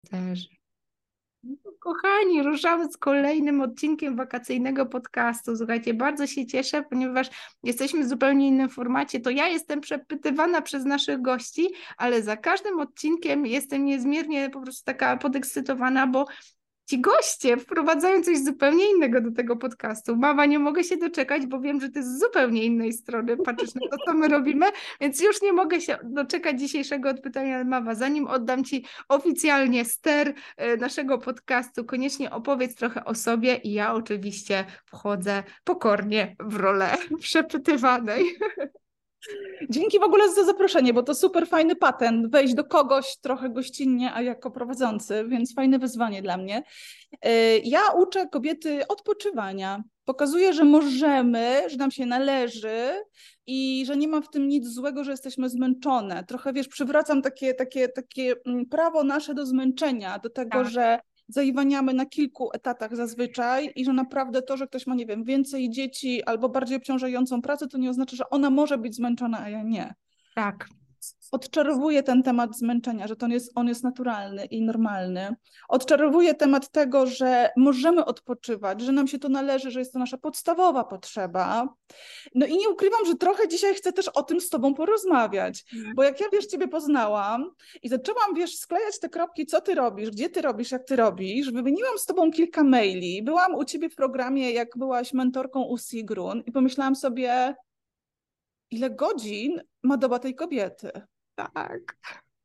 Też. No to kochani, ruszamy z kolejnym odcinkiem wakacyjnego podcastu. Słuchajcie, bardzo się cieszę, ponieważ jesteśmy w zupełnie innym formacie. To ja jestem przepytywana przez naszych gości, ale za każdym odcinkiem jestem niezmiernie po prostu taka podekscytowana, bo ci goście wprowadzają coś zupełnie innego do tego podcastu. Mama, nie mogę się doczekać, bo wiem, że ty z zupełnie innej strony patrzysz na to, co my robimy, więc już nie mogę się doczekać dzisiejszego odpytania. Mama, zanim oddam ci oficjalnie ster naszego podcastu, koniecznie opowiedz trochę o sobie i ja oczywiście wchodzę pokornie w rolę przepytywanej. Dzięki w ogóle za zaproszenie, bo to super fajny patent, wejść do kogoś trochę gościnnie, a jako prowadzący, więc fajne wyzwanie dla mnie. Ja uczę kobiety odpoczywania. Pokazuję, że możemy, że nam się należy i że nie ma w tym nic złego, że jesteśmy zmęczone. Trochę, wiesz, przywracam takie prawo nasze do zmęczenia, do tego, Tak. że zaiwaniamy na kilku etatach zazwyczaj i że naprawdę to, że ktoś ma, nie wiem, więcej dzieci albo bardziej obciążającą pracę, to nie oznacza, że ona może być zmęczona, a ja nie. Tak. Odczarowuję ten temat zmęczenia, że on jest naturalny i normalny. Odczarowuję temat tego, że możemy odpoczywać, że nam się to należy, że jest to nasza podstawowa potrzeba. No i nie ukrywam, że trochę dzisiaj chcę też o tym z tobą porozmawiać, bo jak ja, wiesz, ciebie poznałam i zaczęłam, wiesz, sklejać te kropki, co ty robisz, gdzie ty robisz, jak ty robisz, wymieniłam z tobą kilka maili, byłam u ciebie w programie, jak byłaś mentorką u Sigrun i pomyślałam sobie, ile godzin ma doba tej kobiety. Tak.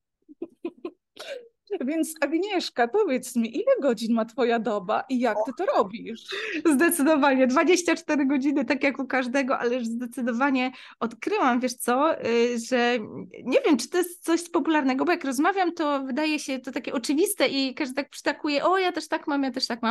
Więc Agnieszka, powiedz mi, ile godzin ma twoja doba i jak ty to robisz? Zdecydowanie, 24 godziny, tak jak u każdego, ale już zdecydowanie odkryłam, wiesz co, że nie wiem, czy to jest coś popularnego, bo jak rozmawiam, to wydaje się to takie oczywiste i każdy tak przytakuje, o ja też tak mam,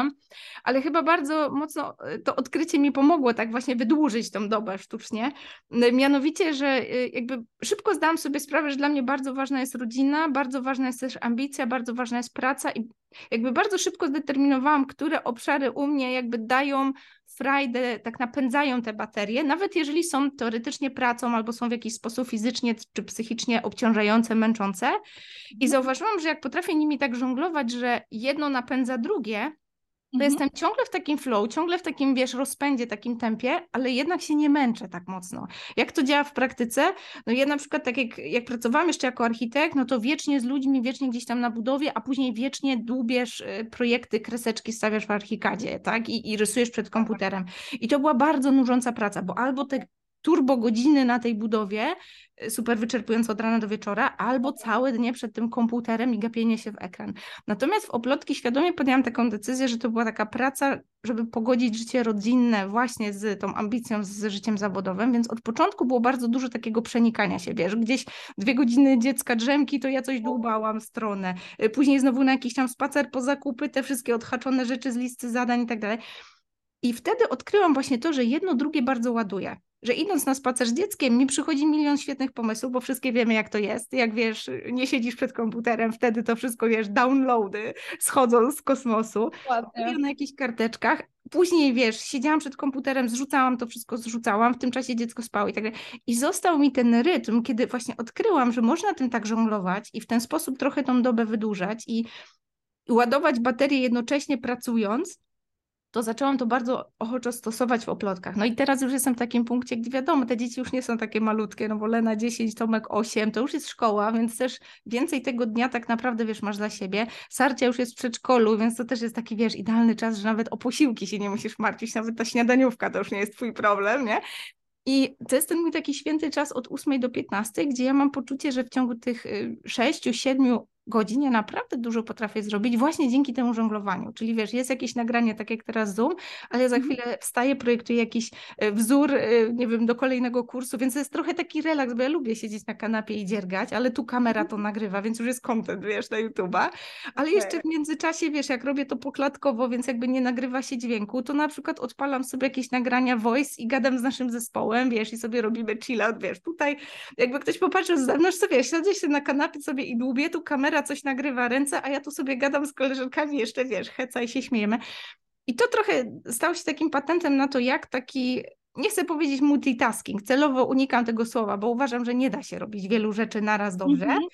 ale chyba bardzo mocno to odkrycie mi pomogło tak właśnie wydłużyć tą dobę sztucznie, mianowicie, że jakby szybko zdałam sobie sprawę, że dla mnie bardzo ważna jest rodzina, bardzo ważna jest też ambicja, bardzo ważna jest praca i jakby bardzo szybko zdeterminowałam, które obszary u mnie jakby dają frajdę, tak napędzają te baterie, nawet jeżeli są teoretycznie pracą albo są w jakiś sposób fizycznie czy psychicznie obciążające, męczące. I zauważyłam, że jak potrafię nimi tak żonglować, że jedno napędza drugie, to jestem ciągle w takim flow, ciągle w takim, wiesz, rozpędzie, takim tempie, ale jednak się nie męczę tak mocno. Jak to działa w praktyce? No ja na przykład tak jak pracowałam jeszcze jako architekt, no to wiecznie z ludźmi, wiecznie gdzieś tam na budowie, a później wiecznie dłubiesz projekty, kreseczki stawiasz w Archikadzie, tak? I rysujesz przed komputerem. I to była bardzo nużąca praca, bo albo te turbo godziny na tej budowie, super wyczerpujące od rana do wieczora, albo całe dnie przed tym komputerem i gapienie się w ekran. Natomiast w Oplotki świadomie podjęłam taką decyzję, że to była taka praca, żeby pogodzić życie rodzinne właśnie z tą ambicją, z życiem zawodowym, więc od początku było bardzo dużo takiego przenikania się, wiesz, gdzieś 2 godziny dziecka drzemki, to ja coś dłubałam stronę, później znowu na jakiś tam spacer po zakupy, te wszystkie odhaczone rzeczy z listy zadań i tak dalej. I wtedy odkryłam właśnie to, że jedno drugie bardzo ładuje. Że idąc na spacer z dzieckiem, mi przychodzi milion świetnych pomysłów, bo wszystkie wiemy, jak to jest. Jak wiesz, nie siedzisz przed komputerem, wtedy to wszystko, wiesz, downloady schodzą z kosmosu. Ładnie. Na jakichś karteczkach. Później, wiesz, siedziałam przed komputerem, zrzucałam to wszystko, zrzucałam, w tym czasie dziecko spało i tak dalej. I został mi ten rytm, kiedy właśnie odkryłam, że można tym tak żonglować i w ten sposób trochę tą dobę wydłużać i ładować baterię jednocześnie pracując, to zaczęłam to bardzo ochoczo stosować w Oplotkach. No i teraz już jestem w takim punkcie, gdzie wiadomo, te dzieci już nie są takie malutkie, no bo Lena 10, Tomek 8, to już jest szkoła, więc też więcej tego dnia tak naprawdę, wiesz, masz dla siebie. Sarcia już jest w przedszkolu, więc to też jest taki, wiesz, idealny czas, że nawet o posiłki się nie musisz martwić, nawet ta śniadaniówka to już nie jest twój problem, nie? I to jest ten mój taki święty czas od 8 do 15, gdzie ja mam poczucie, że w ciągu tych 6-7 godzin ja naprawdę dużo potrafię zrobić właśnie dzięki temu żonglowaniu. Czyli wiesz, jest jakieś nagranie, tak jak teraz Zoom, ale ja za chwilę wstaję, projektuję jakiś wzór, nie wiem, do kolejnego kursu, więc to jest trochę taki relaks, bo ja lubię siedzieć na kanapie i dziergać, ale tu kamera to nagrywa, więc już jest content, wiesz, na YouTube'a. Ale jeszcze w międzyczasie, wiesz, jak robię to poklatkowo, więc jakby nie nagrywa się dźwięku, to na przykład odpalam sobie jakieś nagrania voice i gadam z naszym zespołem, wiesz, i sobie robimy chill out, wiesz, tutaj jakby ktoś popatrzył z zewnątrz, to wiesz, siedzę się na kanapie sobie i dłubię, tu kamera coś nagrywa ręce, a ja tu sobie gadam z koleżankami jeszcze, wiesz, heca i się śmiejemy. I to trochę stało się takim patentem na to, jak taki, nie chcę powiedzieć multitasking, celowo unikam tego słowa, bo uważam, że nie da się robić wielu rzeczy naraz dobrze,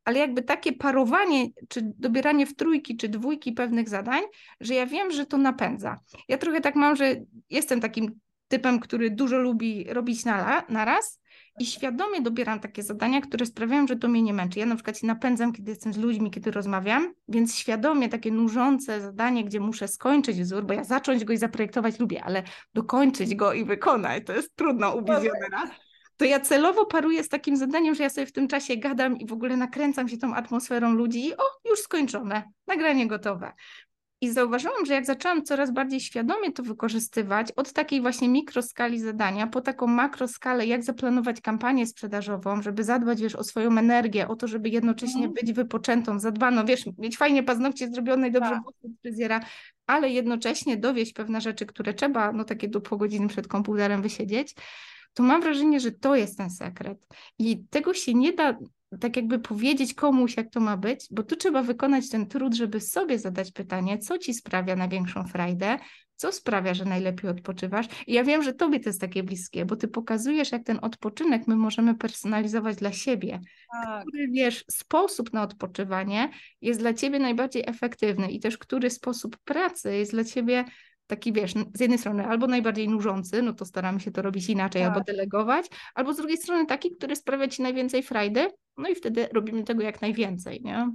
ale jakby takie parowanie, czy dobieranie w trójki, czy dwójki pewnych zadań, że ja wiem, że to napędza. Ja trochę tak mam, że jestem takim typem, który dużo lubi robić na raz i świadomie dobieram takie zadania, które sprawiają, że to mnie nie męczy. Ja na przykład się napędzam, kiedy jestem z ludźmi, kiedy rozmawiam, więc świadomie takie nużące zadanie, gdzie muszę skończyć wzór, bo ja zacząć go i zaprojektować lubię, ale dokończyć go i wykonać, to jest trudno u wizjonera. To ja celowo paruję z takim zadaniem, że ja sobie w tym czasie gadam i w ogóle nakręcam się tą atmosferą ludzi i już skończone, nagranie gotowe. I zauważyłam, że jak zaczęłam coraz bardziej świadomie to wykorzystywać, od takiej właśnie mikroskali zadania, po taką makroskalę, jak zaplanować kampanię sprzedażową, żeby zadbać, wiesz, o swoją energię, o to, żeby jednocześnie być wypoczętą, zadbano, wiesz, mieć fajnie paznokcie zrobione i dobrze włosy od fryzjera, ale jednocześnie dowieść pewne rzeczy, które trzeba, no takie do pół godziny przed komputerem wysiedzieć, to mam wrażenie, że to jest ten sekret. I tego się nie da tak jakby powiedzieć komuś, jak to ma być, bo tu trzeba wykonać ten trud, żeby sobie zadać pytanie, co ci sprawia największą frajdę, co sprawia, że najlepiej odpoczywasz. I ja wiem, że tobie to jest takie bliskie, bo ty pokazujesz, jak ten odpoczynek my możemy personalizować dla siebie. Tak. Który, wiesz, sposób na odpoczywanie jest dla ciebie najbardziej efektywny i też który sposób pracy jest dla ciebie taki, wiesz, z jednej strony albo najbardziej nużący, no to staramy się to robić inaczej, albo delegować, albo z drugiej strony taki, który sprawia ci najwięcej frajdy, no i wtedy robimy tego jak najwięcej, nie?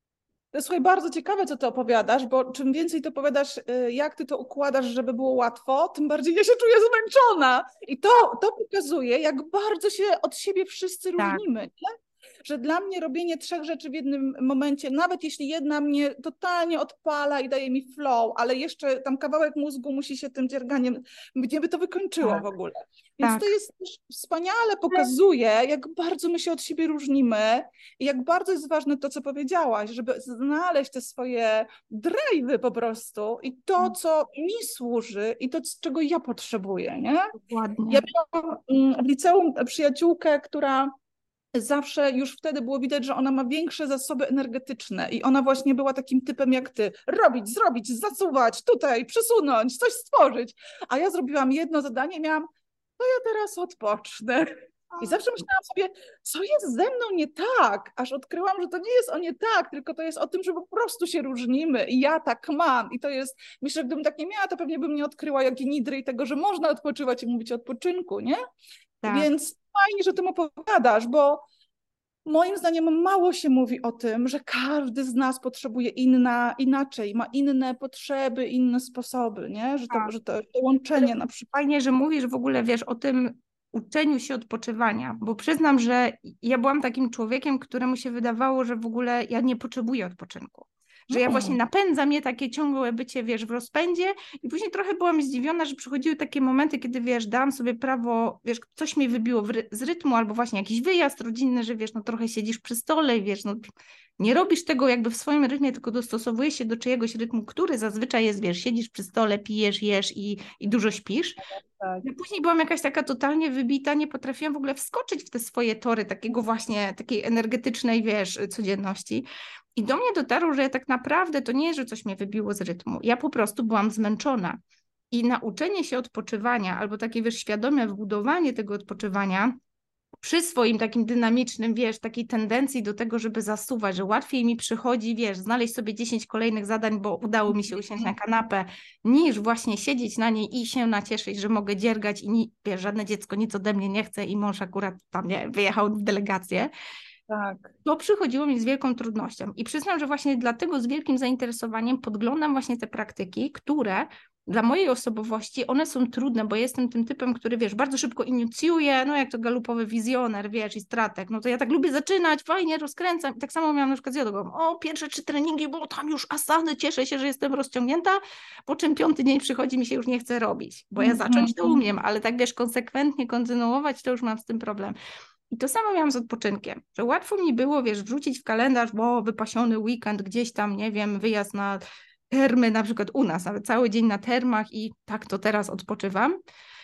To jest, słuchaj, bardzo ciekawe, co ty opowiadasz, bo czym więcej ty opowiadasz, jak ty to układasz, żeby było łatwo, tym bardziej ja się czuję zmęczona. I to pokazuje, jak bardzo się od siebie wszyscy różnimy, nie? Że dla mnie robienie 3 rzeczy w jednym momencie, nawet jeśli jedna mnie totalnie odpala i daje mi flow, ale jeszcze tam kawałek mózgu musi się tym dzierganiem, gdzie by to wykończyło w ogóle. Więc to jest też wspaniale, pokazuje, jak bardzo my się od siebie różnimy i jak bardzo jest ważne to, co powiedziałaś, żeby znaleźć te swoje drive'y po prostu i to, co mi służy i to, czego ja potrzebuję, nie? Dokładnie. Ja miałam w liceum przyjaciółkę, która zawsze już wtedy było widać, że ona ma większe zasoby energetyczne i ona właśnie była takim typem jak ty. Robić, zrobić, zasuwać, tutaj, przesunąć, coś stworzyć. A ja zrobiłam jedno zadanie i miałam, to ja teraz odpocznę. I zawsze myślałam sobie, co jest ze mną nie tak, aż odkryłam, że to nie jest o nie tak, tylko to jest o tym, że po prostu się różnimy i ja tak mam. I to jest, myślę, że gdybym tak nie miała, to pewnie bym nie odkryła jogi nidry i tego, że można odpoczywać i mówić o odpoczynku, nie? Tak. Więc fajnie, że o tym opowiadasz, bo moim zdaniem mało się mówi o tym, że każdy z nas potrzebuje inaczej, ma inne potrzeby, inne sposoby, nie? Że to łączenie na przykład. Fajnie, że mówisz w ogóle, wiesz, o tym uczeniu się odpoczywania, bo przyznam, że ja byłam takim człowiekiem, któremu się wydawało, że w ogóle ja nie potrzebuję odpoczynku. Że ja właśnie napędza mnie takie ciągłe bycie, wiesz, w rozpędzie i później trochę byłam zdziwiona, że przychodziły takie momenty, kiedy, wiesz, dałam sobie prawo, wiesz, coś mnie wybiło z rytmu albo właśnie jakiś wyjazd rodzinny, że, wiesz, no trochę siedzisz przy stole i, wiesz, no nie robisz tego jakby w swoim rytmie, tylko dostosowujesz się do czyjegoś rytmu, który zazwyczaj jest, wiesz, siedzisz przy stole, pijesz, jesz i dużo śpisz. Tak. Ja później byłam jakaś taka totalnie wybita, nie potrafiłam w ogóle wskoczyć w te swoje tory takiego właśnie, takiej energetycznej, wiesz, codzienności. I do mnie dotarło, że tak naprawdę to nie jest, że coś mnie wybiło z rytmu. Ja po prostu byłam zmęczona. I nauczenie się odpoczywania, albo takie, wiesz, świadome wbudowanie tego odpoczywania przy swoim takim dynamicznym, wiesz, takiej tendencji do tego, żeby zasuwać, że łatwiej mi przychodzi, wiesz, znaleźć sobie 10 kolejnych zadań, bo udało mi się usiąść na kanapę, niż właśnie siedzieć na niej i się nacieszyć, że mogę dziergać i wiesz, żadne dziecko nic ode mnie nie chce i mąż akurat tam nie, wyjechał w delegację. Tak. To przychodziło mi z wielką trudnością i przyznam, że właśnie dlatego z wielkim zainteresowaniem podglądam właśnie te praktyki, które dla mojej osobowości one są trudne, bo jestem tym typem, który, wiesz, bardzo szybko inicjuje, no jak to galupowy wizjoner, wiesz, i strateg, no to ja tak lubię zaczynać, fajnie rozkręcam i tak samo miałam na przykład z jogą, pierwsze 3 treningi, bo tam już asany, cieszę się, że jestem rozciągnięta, po czym 5. dzień przychodzi, mi się już nie chce robić, bo ja zacząć to umiem, ale tak, wiesz, konsekwentnie kontynuować, to już mam z tym problem. I to samo miałam z odpoczynkiem, że łatwo mi było, wiesz, wrzucić w kalendarz, bo wypasiony weekend gdzieś tam, nie wiem, wyjazd na termy, na przykład u nas, nawet cały dzień na termach i tak to teraz odpoczywam,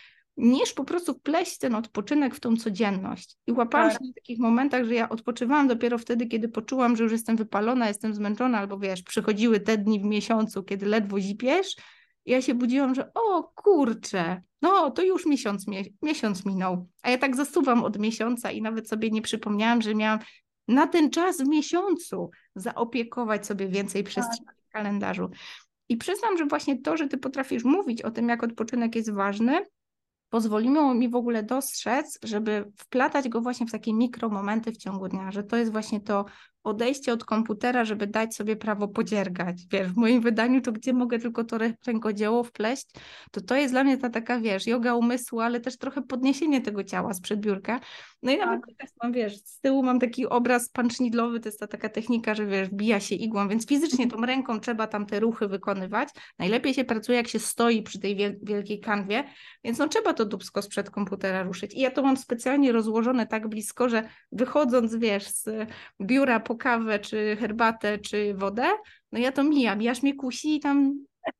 niż po prostu wpleść ten odpoczynek w tą codzienność. I łapałam się na takich momentach, że ja odpoczywałam dopiero wtedy, kiedy poczułam, że już jestem wypalona, jestem zmęczona, albo wiesz, przychodziły te dni w miesiącu, kiedy ledwo zipiesz, i ja się budziłam, że o kurczę, no to już miesiąc minął. A ja tak zasuwam od miesiąca i nawet sobie nie przypomniałam, że miałam na ten czas w miesiącu zaopiekować sobie więcej przestrzeni w kalendarzu. I przyznam, że właśnie to, że ty potrafisz mówić o tym, jak odpoczynek jest ważny, pozwoliło mi w ogóle dostrzec, żeby wplatać go właśnie w takie mikromomenty w ciągu dnia, że to jest właśnie to odejście od komputera, żeby dać sobie prawo podziergać. Wiesz, w moim wydaniu to gdzie mogę tylko to rękodzieło wpleść, to jest dla mnie ta taka, wiesz, joga umysłu, ale też trochę podniesienie tego ciała sprzed biurka. No i nawet teraz mam, wiesz, z tyłu mam taki obraz pancznidlowy, to jest ta taka technika, że wiesz, wbija się igłą, więc fizycznie tą ręką trzeba tam te ruchy wykonywać. Najlepiej się pracuje, jak się stoi przy tej wielkiej kanwie, więc no trzeba to dupsko sprzed komputera ruszyć. I ja to mam specjalnie rozłożone tak blisko, że wychodząc, wiesz, z biura po kawę, czy herbatę, czy wodę, no ja to mijam i aż mnie kusi i tam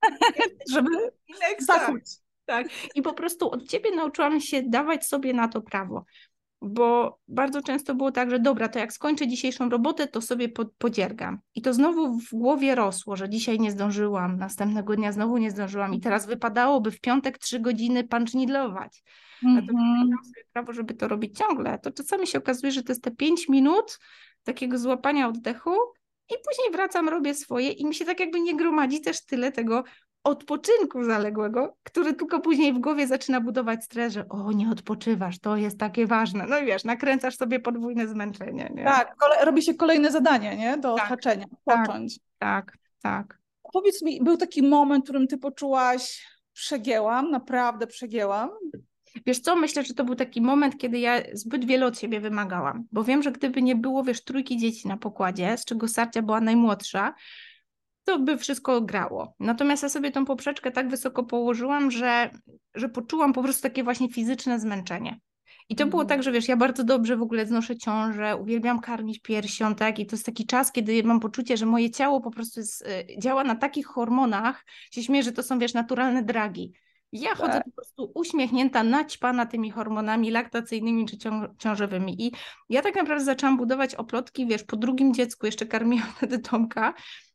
żeby zakuć. Tak. I po prostu od ciebie nauczyłam się dawać sobie na to prawo. Bo bardzo często było tak, że dobra, to jak skończę dzisiejszą robotę, to sobie podziergam. I to znowu w głowie rosło, że dzisiaj nie zdążyłam, następnego dnia znowu nie zdążyłam i teraz wypadałoby w piątek 3 godziny pancznidlować. Natomiast jak mam sobie prawo, żeby to robić ciągle, to czasami się okazuje, że to jest te 5 minut takiego złapania oddechu i później wracam, robię swoje i mi się tak jakby nie gromadzi też tyle tego odpoczynku zaległego, który tylko później w głowie zaczyna budować stres, że nie odpoczywasz, to jest takie ważne. No i wiesz, nakręcasz sobie podwójne zmęczenie, nie? Tak, robi się kolejne zadanie, nie? Do odhaczenia, począć. Tak. Powiedz mi, był taki moment, w którym ty poczułaś, przegięłam, naprawdę przegięłam? Wiesz co, myślę, że to był taki moment, kiedy ja zbyt wiele od siebie wymagałam, bo wiem, że gdyby nie było, wiesz, 3 dzieci na pokładzie, z czego Sarcia była najmłodsza, to by wszystko grało. Natomiast ja sobie tą poprzeczkę tak wysoko położyłam, że poczułam po prostu takie właśnie fizyczne zmęczenie. I to było tak, że wiesz, ja bardzo dobrze w ogóle znoszę ciążę, uwielbiam karmić piersią, tak? I to jest taki czas, kiedy mam poczucie, że moje ciało po prostu działa na takich hormonach, się śmieję, że to są, wiesz, naturalne dragi. Ja chodzę po prostu uśmiechnięta, naćpana tymi hormonami laktacyjnymi czy ciążowymi. I ja tak naprawdę zaczęłam budować oplotki, wiesz, po drugim dziecku, jeszcze karmiłam wtedy Tomka.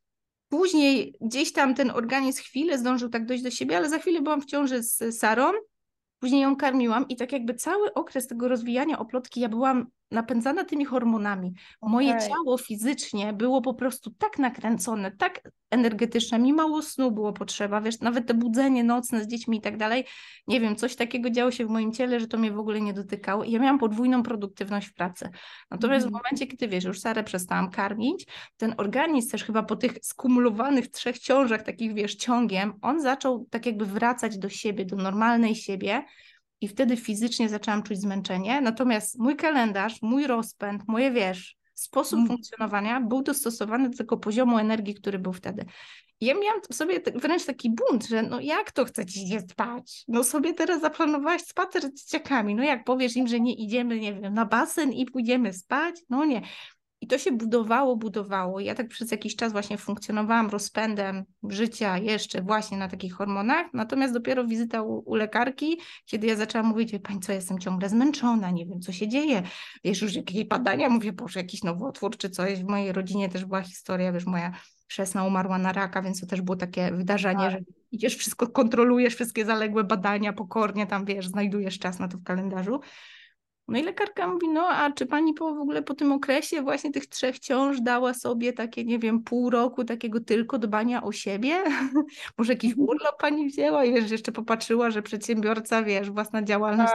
Później gdzieś tam ten organizm chwilę zdążył tak dojść do siebie, ale za chwilę byłam w ciąży z Sarą, później ją karmiłam i tak jakby cały okres tego rozwijania oplotki ja byłam napędzana tymi hormonami. Moje ciało fizycznie było po prostu tak nakręcone, tak energetyczne, mi mało snu było potrzeba, wiesz, nawet te budzenie nocne z dziećmi i tak dalej, nie wiem, coś takiego działo się w moim ciele, że to mnie w ogóle nie dotykało i ja miałam podwójną produktywność w pracy. Natomiast w momencie, kiedy wiesz, już Sarę przestałam karmić, ten organizm też chyba po tych skumulowanych 3 ciążach, takich wiesz, ciągiem, on zaczął tak jakby wracać do siebie, do normalnej siebie, i wtedy fizycznie zaczęłam czuć zmęczenie, natomiast mój kalendarz, mój rozpęd, moje, wiesz, sposób funkcjonowania był dostosowany do tego poziomu energii, który był wtedy. I ja miałam w sobie wręcz taki bunt, że no jak to chcecie się spać? No sobie teraz zaplanowałaś spacer z dzieciakami, no jak powiesz im, że nie idziemy, nie wiem, na basen i pójdziemy spać? No nie. I to się budowało. Ja tak przez jakiś czas właśnie funkcjonowałam rozpędem życia jeszcze właśnie na takich hormonach, natomiast dopiero wizyta u lekarki, kiedy ja zaczęłam mówić, wie pani co, jestem ciągle zmęczona, nie wiem co się dzieje, wiesz, już jakieś badania, mówię, Boże, jakiś nowotwór czy coś, w mojej rodzinie też była historia, wiesz, moja chrzestna umarła na raka, więc to też było takie wydarzenie, że idziesz, wszystko kontrolujesz, wszystkie zaległe badania, pokornie tam, wiesz, znajdujesz czas na to w kalendarzu. No i lekarka mówi, no a czy pani w ogóle po tym okresie właśnie tych 3 ciąż dała sobie takie, nie wiem, pół roku takiego tylko dbania o siebie? Może jakiś urlop pani wzięła? I wiesz, jeszcze popatrzyła, że przedsiębiorca, wiesz, własna działalność.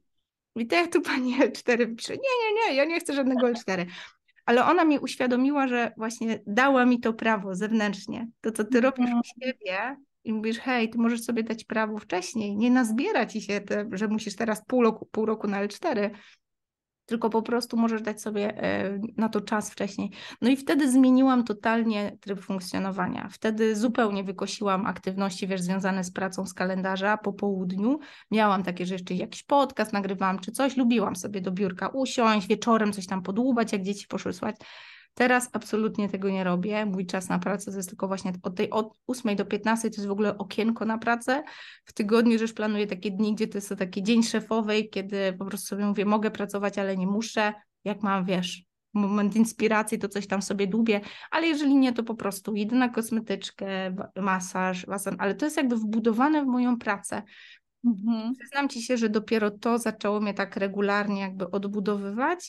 I to jak tu pani L4 pisze? Nie, ja nie chcę żadnego L4. Ale ona mi uświadomiła, że właśnie dała mi to prawo zewnętrznie. To, co ty robisz u siebie i mówisz, hej, ty możesz sobie dać prawo wcześniej, nie nazbiera ci się, że musisz teraz pół roku na L4, tylko po prostu możesz dać sobie na to czas wcześniej. No i wtedy zmieniłam totalnie tryb funkcjonowania. Wtedy zupełnie wykosiłam aktywności, wiesz, związane z pracą z kalendarza po południu. Miałam takie, że jeszcze jakiś podcast nagrywałam czy coś. Lubiłam sobie do biurka usiąść, wieczorem coś tam podłubać, jak dzieci poszły spać. Teraz absolutnie tego nie robię. Mój czas na pracę to jest tylko właśnie od 8 do 15 to jest w ogóle okienko na pracę. W tygodniu już planuję takie dni, gdzie to jest taki dzień szefowej, kiedy po prostu sobie mówię, mogę pracować, ale nie muszę. Jak mam, wiesz, moment inspiracji, to coś tam sobie dłubię, ale jeżeli nie, to po prostu idę na kosmetyczkę, masaż, basen, ale to jest jakby wbudowane w moją pracę. Przyznam ci się, że dopiero to zaczęło mnie tak regularnie jakby odbudowywać.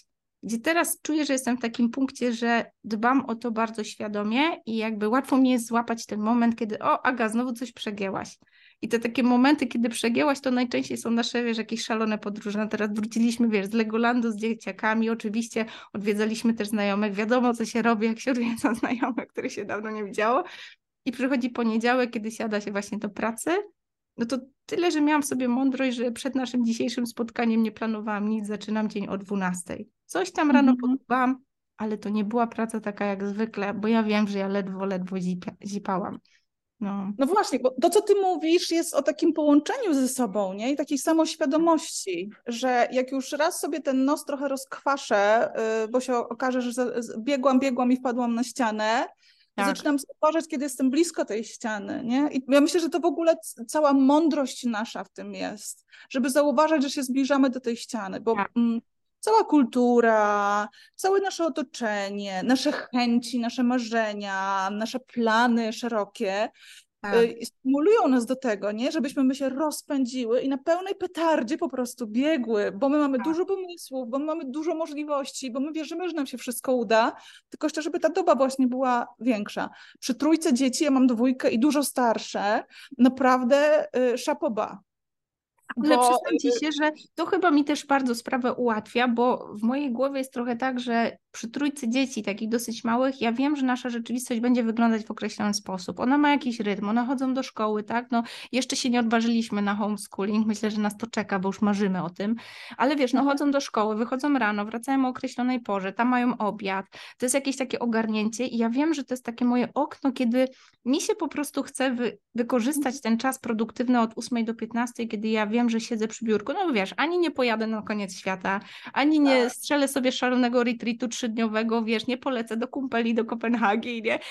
gdzie teraz czuję, że jestem w takim punkcie, że dbam o to bardzo świadomie i jakby łatwo mi jest złapać ten moment, kiedy o, Aga, znowu coś przegięłaś. I te takie momenty, kiedy przegięłaś, to najczęściej są nasze, wiesz, jakieś szalone podróże. No teraz wróciliśmy, wiesz, z Legolandu z dzieciakami, oczywiście odwiedzaliśmy też znajomych, wiadomo, co się robi, jak się odwiedza znajomych, których się dawno nie widziało. I przychodzi poniedziałek, kiedy siada się właśnie do pracy, no to tyle, że miałam w sobie mądrość, że przed naszym dzisiejszym spotkaniem nie planowałam nic, zaczynam dzień o 12:00. Coś tam rano podbałam, ale to nie była praca taka jak zwykle, bo ja wiem, że ja ledwo zipałam. No. No właśnie, bo to, co ty mówisz, jest o takim połączeniu ze sobą, nie? I takiej samoświadomości, że jak już raz sobie ten nos trochę rozkwaszę, bo się okaże, że biegłam i wpadłam na ścianę, to Tak. zaczynam zauważyć, kiedy jestem blisko tej ściany, nie? I ja myślę, że to w ogóle cała mądrość nasza w tym jest, żeby zauważać, że się zbliżamy do tej ściany, bo Tak. cała kultura, całe nasze otoczenie, nasze chęci, nasze marzenia, nasze plany szerokie Tak. stymulują nas do tego, nie? Żebyśmy my się rozpędziły i na pełnej petardzie po prostu biegły, bo my mamy dużo pomysłów, bo my mamy dużo możliwości, bo my wierzymy, że nam się wszystko uda, tylko jeszcze, żeby ta doba właśnie była większa. Przy trójce dzieci, ja mam dwójkę i dużo starsze, naprawdę chapeau bas. Ale Bo przyznam ci się, że to chyba mi też bardzo sprawę ułatwia, bo w mojej głowie jest trochę tak, że przy trójcy dzieci, takich dosyć małych, ja wiem, że nasza rzeczywistość będzie wyglądać w określony sposób. Ona ma jakiś rytm, one chodzą do szkoły, tak? No, jeszcze się nie odważyliśmy na homeschooling, myślę, że nas to czeka, bo już marzymy o tym, ale wiesz, no chodzą do szkoły, wychodzą rano, wracają o określonej porze, tam mają obiad, to jest jakieś takie ogarnięcie i ja wiem, że to jest takie moje okno, kiedy mi się po prostu chce wykorzystać ten czas produktywny od 8 do 15, kiedy ja wiem, że siedzę przy biurku, no wiesz, ani nie pojadę na koniec świata, ani nie strzelę sobie szalonego retreatu 3-dniowego, wiesz, nie polecę do kumpeli, do Kopenhagi, nie?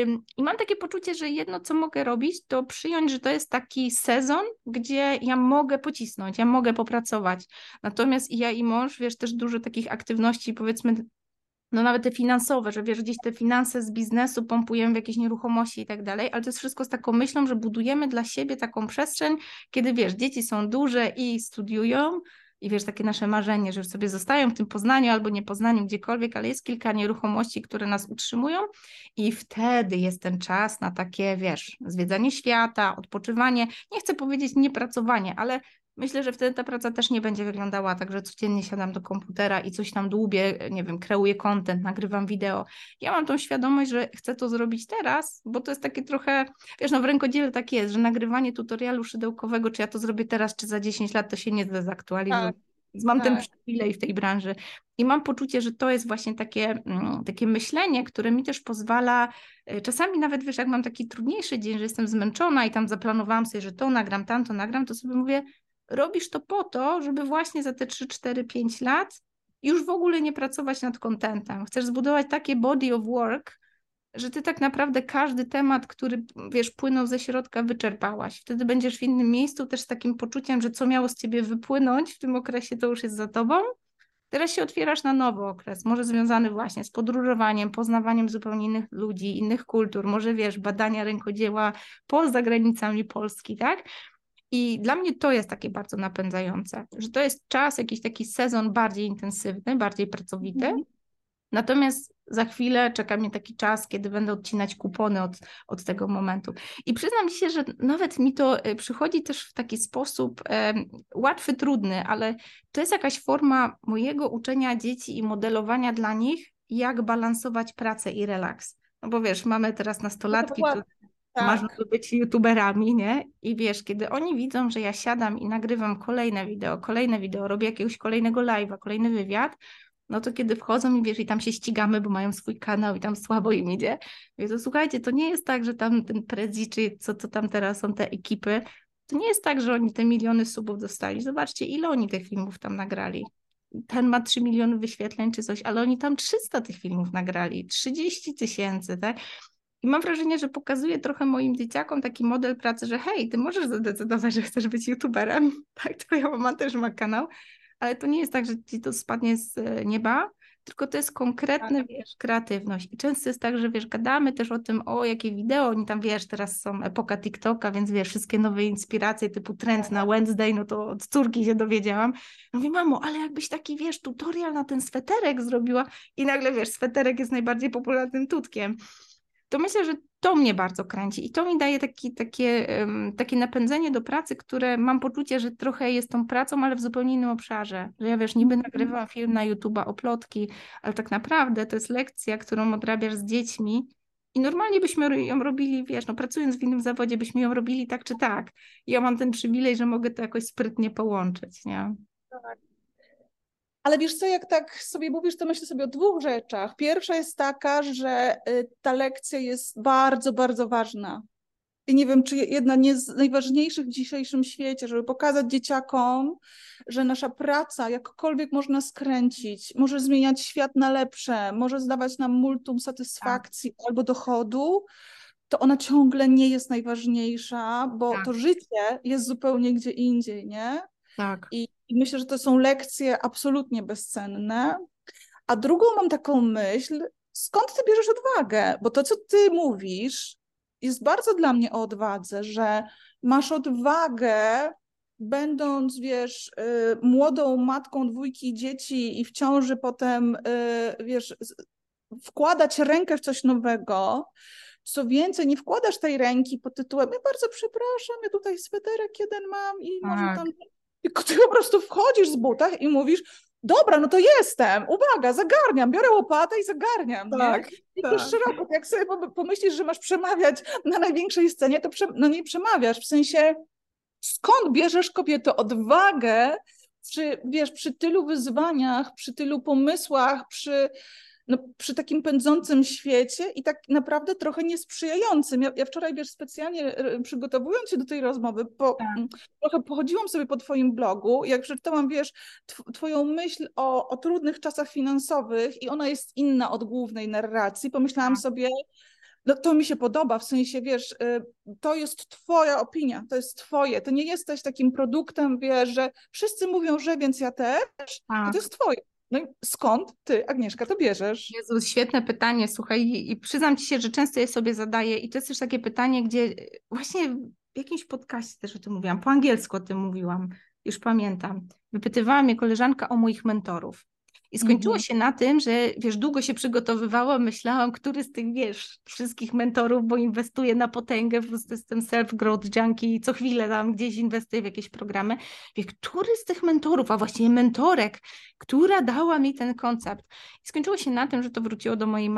I mam takie poczucie, że jedno, co mogę robić, to przyjąć, że to jest taki sezon, gdzie ja mogę pocisnąć, ja mogę popracować. Natomiast ja i mąż, wiesz, też dużo takich aktywności, powiedzmy, no nawet te finansowe, że wiesz, gdzieś te finanse z biznesu pompujemy w jakieś nieruchomości i tak dalej, ale to jest wszystko z taką myślą, że budujemy dla siebie taką przestrzeń, kiedy wiesz, dzieci są duże i studiują i wiesz, takie nasze marzenie, że sobie zostają w tym Poznaniu albo nie Poznaniu, gdziekolwiek, ale jest kilka nieruchomości, które nas utrzymują i wtedy jest ten czas na takie, wiesz, zwiedzanie świata, odpoczywanie, nie chcę powiedzieć niepracowanie, ale myślę, że wtedy ta praca też nie będzie wyglądała tak, że codziennie siadam do komputera i coś tam dłubię, nie wiem, kreuję content, nagrywam wideo. Ja mam tą świadomość, że chcę to zrobić teraz, bo to jest takie trochę, wiesz, no w rękodziele tak jest, że nagrywanie tutorialu szydełkowego, czy ja to zrobię teraz, czy za 10 lat, to się nie zdezaktualizuje. Tak, Więc mam ten tak. przywilej w tej branży i mam poczucie, że to jest właśnie takie myślenie, które mi też pozwala, czasami nawet, wiesz, jak mam taki trudniejszy dzień, że jestem zmęczona i tam zaplanowałam sobie, że to nagram, tamto nagram, to sobie mówię, robisz to po to, żeby właśnie za te 3, 4, 5 lat już w ogóle nie pracować nad contentem. Chcesz zbudować takie body of work, że ty tak naprawdę każdy temat, który, wiesz, płynął ze środka, wyczerpałaś. Wtedy będziesz w innym miejscu też z takim poczuciem, że co miało z ciebie wypłynąć w tym okresie, to już jest za tobą. Teraz się otwierasz na nowy okres, może związany właśnie z podróżowaniem, poznawaniem zupełnie innych ludzi, innych kultur, może wiesz, badania rękodzieła poza granicami Polski, tak? I dla mnie to jest takie bardzo napędzające, że to jest czas, jakiś taki sezon bardziej intensywny, bardziej pracowity. Natomiast za chwilę czeka mnie taki czas, kiedy będę odcinać kupony od tego momentu. I przyznam ci się, że nawet mi to przychodzi też w taki sposób łatwy, trudny, ale to jest jakaś forma mojego uczenia dzieci i modelowania dla nich, jak balansować pracę i relaks. No bo wiesz, mamy teraz nastolatki, które marzą Tak. być youtuberami, nie? I wiesz, kiedy oni widzą, że ja siadam i nagrywam kolejne wideo, robię jakiegoś kolejnego live'a, kolejny wywiad, no to kiedy wchodzą i wiesz, i tam się ścigamy, bo mają swój kanał i tam słabo im idzie, więc to słuchajcie, to nie jest tak, że tam ten Prezi, czy co to tam teraz są te ekipy, to nie jest tak, że oni te miliony subów dostali. Zobaczcie, ile oni tych filmów tam nagrali. Ten ma 3 miliony wyświetleń czy coś, ale oni tam 300 tych filmów nagrali, 30 000, tak? I mam wrażenie, że pokazuje trochę moim dzieciakom taki model pracy, że hej, ty możesz zadecydować, że chcesz być youtuberem, tak? Twoja mama też ma kanał, ale to nie jest tak, że ci to spadnie z nieba, tylko to jest konkretna, wiesz, kreatywność. I często jest tak, że wiesz, gadamy też o tym, o jakie wideo, oni tam, wiesz, teraz są epoka TikToka, więc wiesz, wszystkie nowe inspiracje typu trend na Wednesday, no to od córki się dowiedziałam. Mówię, mamo, ale jakbyś taki, wiesz, tutorial na ten sweterek zrobiła i nagle, wiesz, sweterek jest najbardziej popularnym tutkiem. To myślę, że to mnie bardzo kręci i to mi daje takie napędzenie do pracy, które mam poczucie, że trochę jest tą pracą, ale w zupełnie innym obszarze. Że ja wiesz, niby nagrywam film na YouTube'a o plotki, ale tak naprawdę to jest lekcja, którą odrabiasz z dziećmi i normalnie byśmy ją robili, wiesz, no pracując w innym zawodzie, byśmy ją robili tak czy tak. I ja mam ten przywilej, że mogę to jakoś sprytnie połączyć, nie? Ale wiesz co, jak tak sobie mówisz, to myślę sobie o dwóch rzeczach. Pierwsza jest taka, że ta lekcja jest bardzo, bardzo ważna. I nie wiem, czy jedna z najważniejszych w dzisiejszym świecie, żeby pokazać dzieciakom, że nasza praca jakkolwiek można skręcić, może zmieniać świat na lepsze, może zdawać nam multum satysfakcji albo dochodu, to ona ciągle nie jest najważniejsza, bo to życie jest zupełnie gdzie indziej, nie? Tak. I myślę, że to są lekcje absolutnie bezcenne. A drugą mam taką myśl, skąd ty bierzesz odwagę? Bo to, co ty mówisz, jest bardzo dla mnie o odwadze, że masz odwagę, będąc, wiesz, młodą matką 2 dzieci i w ciąży potem, wiesz, wkładać rękę w coś nowego. Co więcej, nie wkładasz tej ręki pod tytułem, ja bardzo przepraszam, ja tutaj sweterek jeden mam i może tam... Tylko ty po prostu wchodzisz z butach i mówisz, dobra, no to jestem, uwaga, zagarniam, biorę łopatę i zagarniam, nie? I to szeroko, jak sobie pomyślisz, że masz przemawiać na największej scenie, to no nie przemawiasz, w sensie skąd bierzesz, kobieto, odwagę przy tylu wyzwaniach, przy tylu pomysłach, przy takim pędzącym świecie i tak naprawdę trochę niesprzyjającym. Ja wczoraj, wiesz, specjalnie przygotowując się do tej rozmowy, trochę pochodziłam sobie po twoim blogu, jak przeczytałam, wiesz, twoją myśl o trudnych czasach finansowych i ona jest inna od głównej narracji, pomyślałam sobie, no to mi się podoba, w sensie, wiesz, to jest twoja opinia, to jest twoje, ty nie jesteś takim produktem, wiesz, że wszyscy mówią, że więc ja też, to jest twoje. No i skąd ty, Agnieszka, to bierzesz? Jezu, świetne pytanie, słuchaj, i przyznam ci się, że często je sobie zadaję i to jest też takie pytanie, gdzie właśnie w jakimś podcaście też o tym mówiłam, po angielsku o tym mówiłam, już pamiętam. Wypytywała mnie koleżanka o moich mentorów. I skończyło się na tym, że wiesz, długo się przygotowywałam, myślałam, który z tych, wiesz, wszystkich mentorów, bo inwestuję na potęgę, po prostu jestem self-growth junkie i co chwilę tam gdzieś inwestuję w jakieś programy. Wie, który z tych mentorów, a właściwie mentorek, która dała mi ten koncept. I skończyło się na tym, że to wróciło do mojej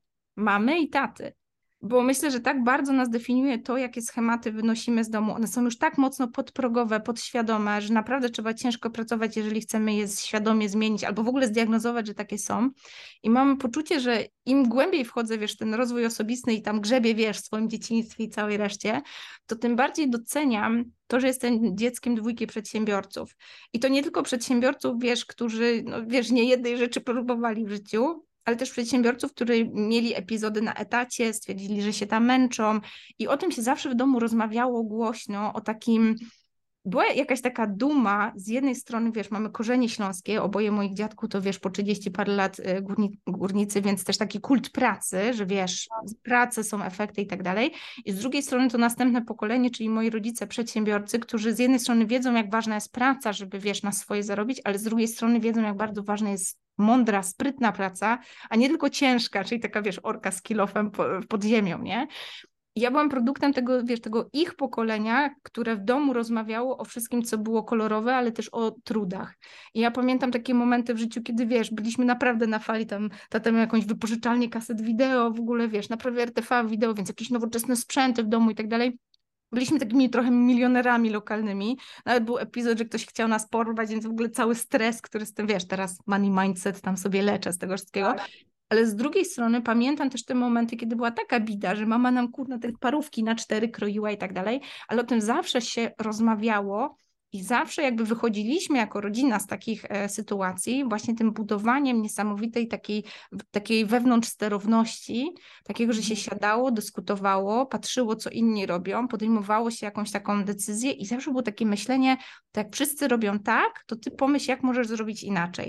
mamy i taty. Bo myślę, że tak bardzo nas definiuje to, jakie schematy wynosimy z domu. One są już tak mocno podprogowe, podświadome, że naprawdę trzeba ciężko pracować, jeżeli chcemy je świadomie zmienić albo w ogóle zdiagnozować, że takie są. I mam poczucie, że im głębiej wchodzę, wiesz, ten rozwój osobisty i tam grzebię, wiesz, w swoim dzieciństwie i całej reszcie, to tym bardziej doceniam to, że jestem dzieckiem 2 przedsiębiorców. I to nie tylko przedsiębiorców, wiesz, którzy, no, wiesz, nie jednej rzeczy próbowali w życiu, ale też przedsiębiorców, którzy mieli epizody na etacie, stwierdzili, że się tam męczą i o tym się zawsze w domu rozmawiało głośno, o takim, była jakaś taka duma, z jednej strony, wiesz, mamy korzenie śląskie, oboje moich dziadków to, wiesz, po 30 parę lat górnicy, więc też taki kult pracy, że wiesz, z pracy są efekty i tak dalej, i z drugiej strony to następne pokolenie, czyli moi rodzice przedsiębiorcy, którzy z jednej strony wiedzą, jak ważna jest praca, żeby, wiesz, na swoje zarobić, ale z drugiej strony wiedzą, jak bardzo ważna jest mądra, sprytna praca, a nie tylko ciężka, czyli taka, wiesz, orka z kilofem pod ziemią, nie? Ja byłam produktem tego, wiesz, tego ich pokolenia, które w domu rozmawiało o wszystkim, co było kolorowe, ale też o trudach. I ja pamiętam takie momenty w życiu, kiedy, wiesz, byliśmy naprawdę na fali, tam tata miał jakąś wypożyczalnię kaset wideo, w ogóle, wiesz, naprawdę RTV wideo, więc jakieś nowoczesne sprzęty w domu i tak dalej. Byliśmy takimi trochę milionerami lokalnymi. Nawet był epizod, że ktoś chciał nas porwać, więc w ogóle cały stres, który z tym, wiesz, teraz money mindset tam sobie leczę z tego wszystkiego. Ale z drugiej strony pamiętam też te momenty, kiedy była taka bida, że mama nam, kurna, te parówki na 4 kroiła i tak dalej, ale o tym zawsze się rozmawiało i zawsze jakby wychodziliśmy jako rodzina z takich sytuacji właśnie tym budowaniem niesamowitej takiej wewnątrz sterowności, takiego, że się siadało, dyskutowało, patrzyło, co inni robią, podejmowało się jakąś taką decyzję i zawsze było takie myślenie, to jak wszyscy robią tak, to ty pomyśl, jak możesz zrobić inaczej.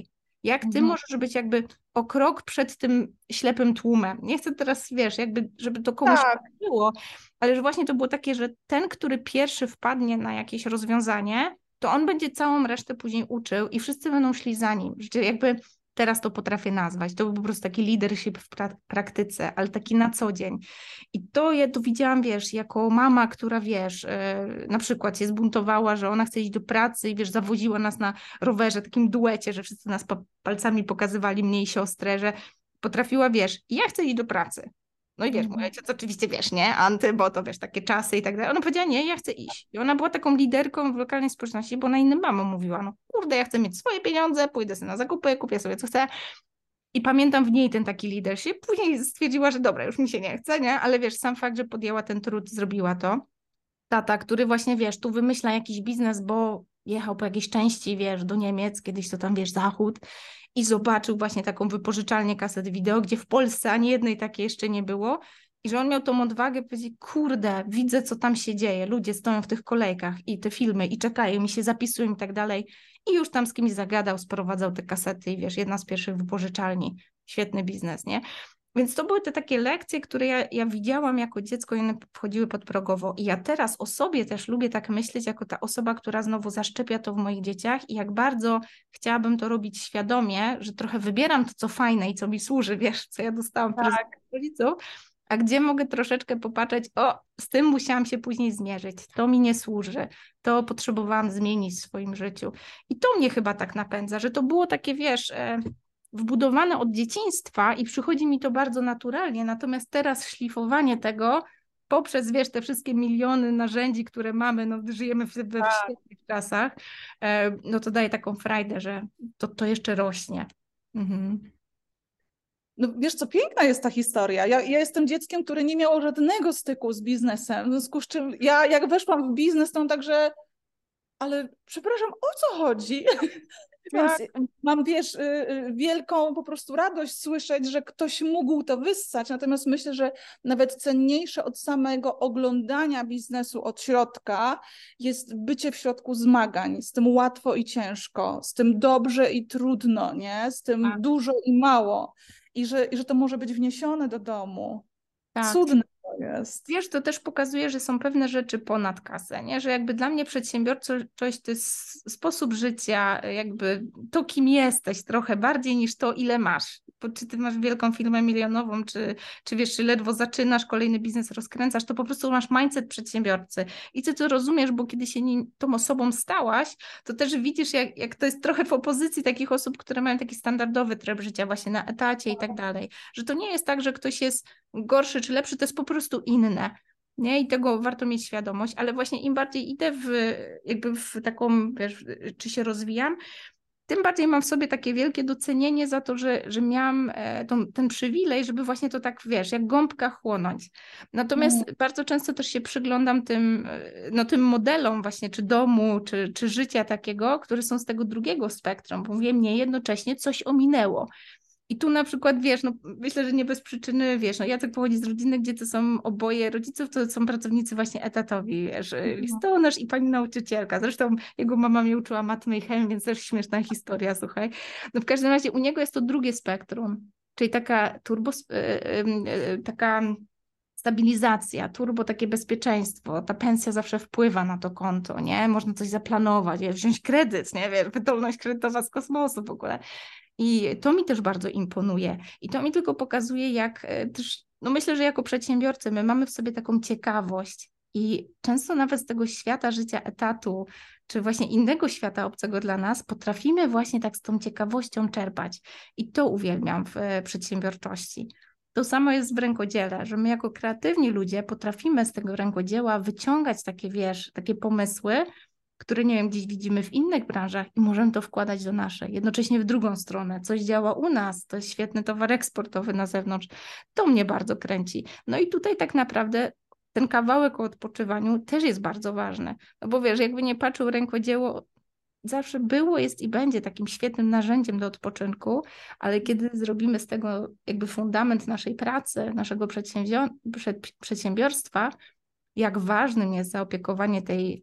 Jak ty możesz być jakby o krok przed tym ślepym tłumem. Nie chcę teraz, wiesz, jakby, żeby to komuś Tak. było, ale że właśnie to było takie, że ten, który pierwszy wpadnie na jakieś rozwiązanie, to on będzie całą resztę później uczył i wszyscy będą szli za nim. Że jakby teraz to potrafię nazwać. To był po prostu taki leadership w praktyce, ale taki na co dzień. I to ja to widziałam, wiesz, jako mama, która, wiesz, na przykład się zbuntowała, że ona chce iść do pracy i, wiesz, zawoziła nas na rowerze, takim duecie, że wszyscy nas palcami pokazywali, mnie i siostrę, że potrafiła, wiesz, ja chcę iść do pracy. No i wiesz, moja ciocia oczywiście, wiesz, nie, Anty, bo to, wiesz, takie czasy i tak dalej. Ona powiedziała, nie, ja chcę iść. I ona była taką liderką w lokalnej społeczności, bo ona innym mamom mówiła, no kurde, ja chcę mieć swoje pieniądze, pójdę sobie na zakupy, kupię sobie co chcę. I pamiętam w niej ten taki leadership. Później stwierdziła, że dobra, już mi się nie chce, nie? Ale wiesz, sam fakt, że podjęła ten trud, zrobiła to. Tata, który właśnie, wiesz, tu wymyśla jakiś biznes, bo jechał po jakiejś części, wiesz, do Niemiec, kiedyś to tam, wiesz, Zachód i zobaczył właśnie taką wypożyczalnię kaset wideo, gdzie w Polsce ani jednej takiej jeszcze nie było i że on miał tą odwagę powiedzieć, kurde, widzę, co tam się dzieje, ludzie stoją w tych kolejkach i te filmy i czekają, mi się zapisują i tak dalej i już tam z kimś zagadał, sprowadzał te kasety i wiesz, jedna z pierwszych wypożyczalni, świetny biznes, nie? Więc to były te takie lekcje, które ja widziałam jako dziecko i one wchodziły podprogowo. I ja teraz o sobie też lubię tak myśleć, jako ta osoba, która znowu zaszczepia to w moich dzieciach i jak bardzo chciałabym to robić świadomie, że trochę wybieram to, co fajne i co mi służy, wiesz, co ja dostałam przez rodziców, a gdzie mogę troszeczkę popatrzeć, o, z tym musiałam się później zmierzyć, to mi nie służy, to potrzebowałam zmienić w swoim życiu. I to mnie chyba tak napędza, że to było takie, wiesz... wbudowane od dzieciństwa i przychodzi mi to bardzo naturalnie, natomiast teraz szlifowanie tego poprzez, wiesz, te wszystkie miliony narzędzi, które mamy, no żyjemy we świetnych czasach, no to daje taką frajdę, że to jeszcze rośnie. No wiesz co, piękna jest ta historia. Ja jestem dzieckiem, które nie miało żadnego styku z biznesem, w związku z czym ja jak weszłam w biznes, to także, ale przepraszam, o co chodzi? Więc mam, wiesz, wielką po prostu radość słyszeć, że ktoś mógł to wyssać, natomiast myślę, że nawet cenniejsze od samego oglądania biznesu od środka jest bycie w środku zmagań, z tym łatwo i ciężko, z tym dobrze i trudno, nie? Z tym dużo i mało i że to może być wniesione do domu. Tak. Cudne to jest. Wiesz, to też pokazuje, że są pewne rzeczy ponad kasę, nie? Że jakby dla mnie przedsiębiorczość to jest sposób życia, jakby to, kim jesteś trochę bardziej niż to, ile masz. Bo czy ty masz wielką firmę milionową, czy wiesz, czy ledwo zaczynasz, kolejny biznes rozkręcasz, to po prostu masz mindset przedsiębiorcy. I ty to rozumiesz, bo kiedy się tą osobą stałaś, to też widzisz, jak to jest trochę w opozycji takich osób, które mają taki standardowy tryb życia właśnie na etacie i tak dalej. Że to nie jest tak, że ktoś jest gorszy czy lepszy, to jest po prostu inne. Nie? I tego warto mieć świadomość, ale właśnie im bardziej idę w taką, wiesz, czy się rozwijam, tym bardziej mam w sobie takie wielkie docenienie za to, że miałam ten przywilej, żeby właśnie to tak, wiesz, jak gąbka chłonąć. Natomiast bardzo często też się przyglądam tym modelom właśnie, czy domu, czy życia takiego, które są z tego drugiego spektrum, bo mówię, mnie jednocześnie coś ominęło. I tu na przykład, wiesz, no myślę, że nie bez przyczyny, wiesz, no Jacek pochodzi z rodziny, gdzie to są oboje rodziców, to są pracownicy właśnie etatowi, wiesz, listonosz i pani nauczycielka. Zresztą jego mama mnie uczyła matmy i chemii, więc też śmieszna historia, słuchaj. No w każdym razie u niego jest to drugie spektrum, czyli taka taka stabilizacja, turbo takie bezpieczeństwo, ta pensja zawsze wpływa na to konto, nie? Można coś zaplanować, wziąć kredyt, nie? Wiesz, wydolność kredytowa z kosmosu w ogóle. I to mi też bardzo imponuje. I to mi tylko pokazuje, jak też, no myślę, że jako przedsiębiorcy my mamy w sobie taką ciekawość i często nawet z tego świata życia etatu, czy właśnie innego świata obcego dla nas, potrafimy właśnie tak z tą ciekawością czerpać. I to uwielbiam w przedsiębiorczości. To samo jest w rękodziele, że my jako kreatywni ludzie potrafimy z tego rękodzieła wyciągać takie, wiesz, takie pomysły, które, nie wiem, gdzieś widzimy w innych branżach i możemy to wkładać do naszej. Jednocześnie w drugą stronę. Coś działa u nas, to jest świetny towar eksportowy na zewnątrz. To mnie bardzo kręci. No i tutaj tak naprawdę ten kawałek o odpoczywaniu też jest bardzo ważny. No bo wiesz, jakby nie patrzył, rękodzieło zawsze było, jest i będzie takim świetnym narzędziem do odpoczynku, ale kiedy zrobimy z tego jakby fundament naszej pracy, naszego przedsiębiorstwa, jak ważnym jest zaopiekowanie tej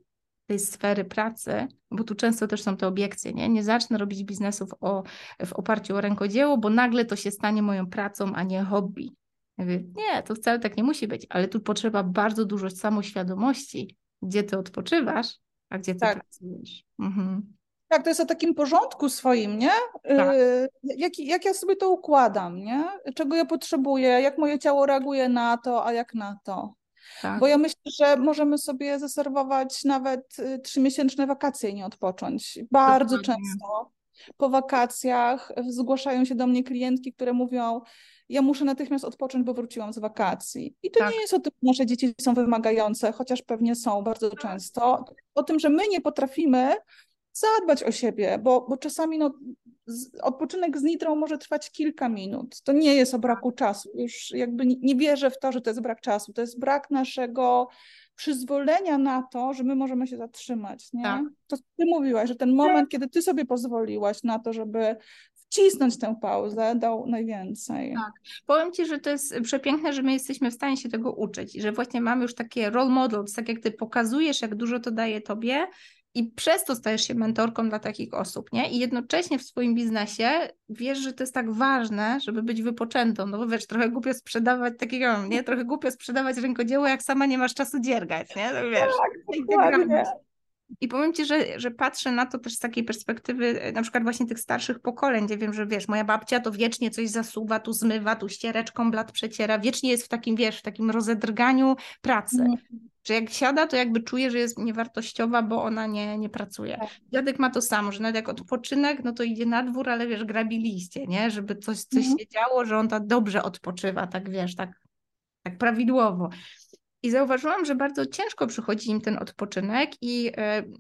tej sfery pracy, bo tu często też są te obiekcje, nie zacznę robić biznesów w oparciu o rękodzieło, bo nagle to się stanie moją pracą, a nie hobby. Ja mówię, nie, to wcale tak nie musi być, ale tu potrzeba bardzo dużo samoświadomości, gdzie ty odpoczywasz, a gdzie ty Tak. pracujesz. Mhm. Tak, to jest o takim porządku swoim, nie? Tak, Jak ja sobie to układam, nie? Czego ja potrzebuję, jak moje ciało reaguje na to, a jak na to. tak, Bo ja myślę, że możemy sobie zaserwować nawet 3-miesięczne wakacje i nie odpocząć. Bardzo dokładnie. często po wakacjach zgłaszają się do mnie klientki, które mówią, ja muszę natychmiast odpocząć, bo wróciłam z wakacji. I to Tak, nie jest o tym, że nasze dzieci są wymagające, chociaż pewnie są bardzo często. O tym, że my nie potrafimy zadbać o siebie, bo czasami odpoczynek z nitrą może trwać kilka minut. To nie jest o braku czasu. Już jakby nie wierzę w to, że to jest brak czasu. To jest brak naszego przyzwolenia na to, że my możemy się zatrzymać, tak. nie? To co ty mówiłaś, że ten moment, kiedy ty sobie pozwoliłaś na to, żeby wcisnąć tę pauzę, dał najwięcej. Tak. Powiem Ci, że to jest przepiękne, że my jesteśmy w stanie się tego uczyć i że właśnie mamy już takie role models, tak jak Ty pokazujesz, jak dużo to daje Tobie i przez to stajesz się mentorką dla takich osób, nie? I jednocześnie w swoim biznesie wiesz, że to jest tak ważne, żeby być wypoczętą, no bo wiesz, trochę głupio sprzedawać takiego, nie? Trochę głupio sprzedawać rękodzieło, jak sama nie masz czasu dziergać, nie? No wiesz, Tak, idzie dokładnie. i powiem Ci, że patrzę na to też z takiej perspektywy na przykład właśnie tych starszych pokoleń, gdzie wiem, że wiesz, moja babcia to wiecznie coś zasuwa, tu zmywa, tu ściereczką blat przeciera, wiecznie jest w takim, wiesz, w takim rozedrganiu pracy. Mhm. Że jak siada, to jakby czuje, że jest niewartościowa, bo ona nie pracuje. Tak. Dziadek ma to samo, że nawet jak odpoczynek, no to idzie na dwór, ale wiesz, grabi liście, nie? Żeby coś Mhm. się działo, że on tak dobrze odpoczywa, tak wiesz, tak prawidłowo. I zauważyłam, że bardzo ciężko przychodzi im ten odpoczynek i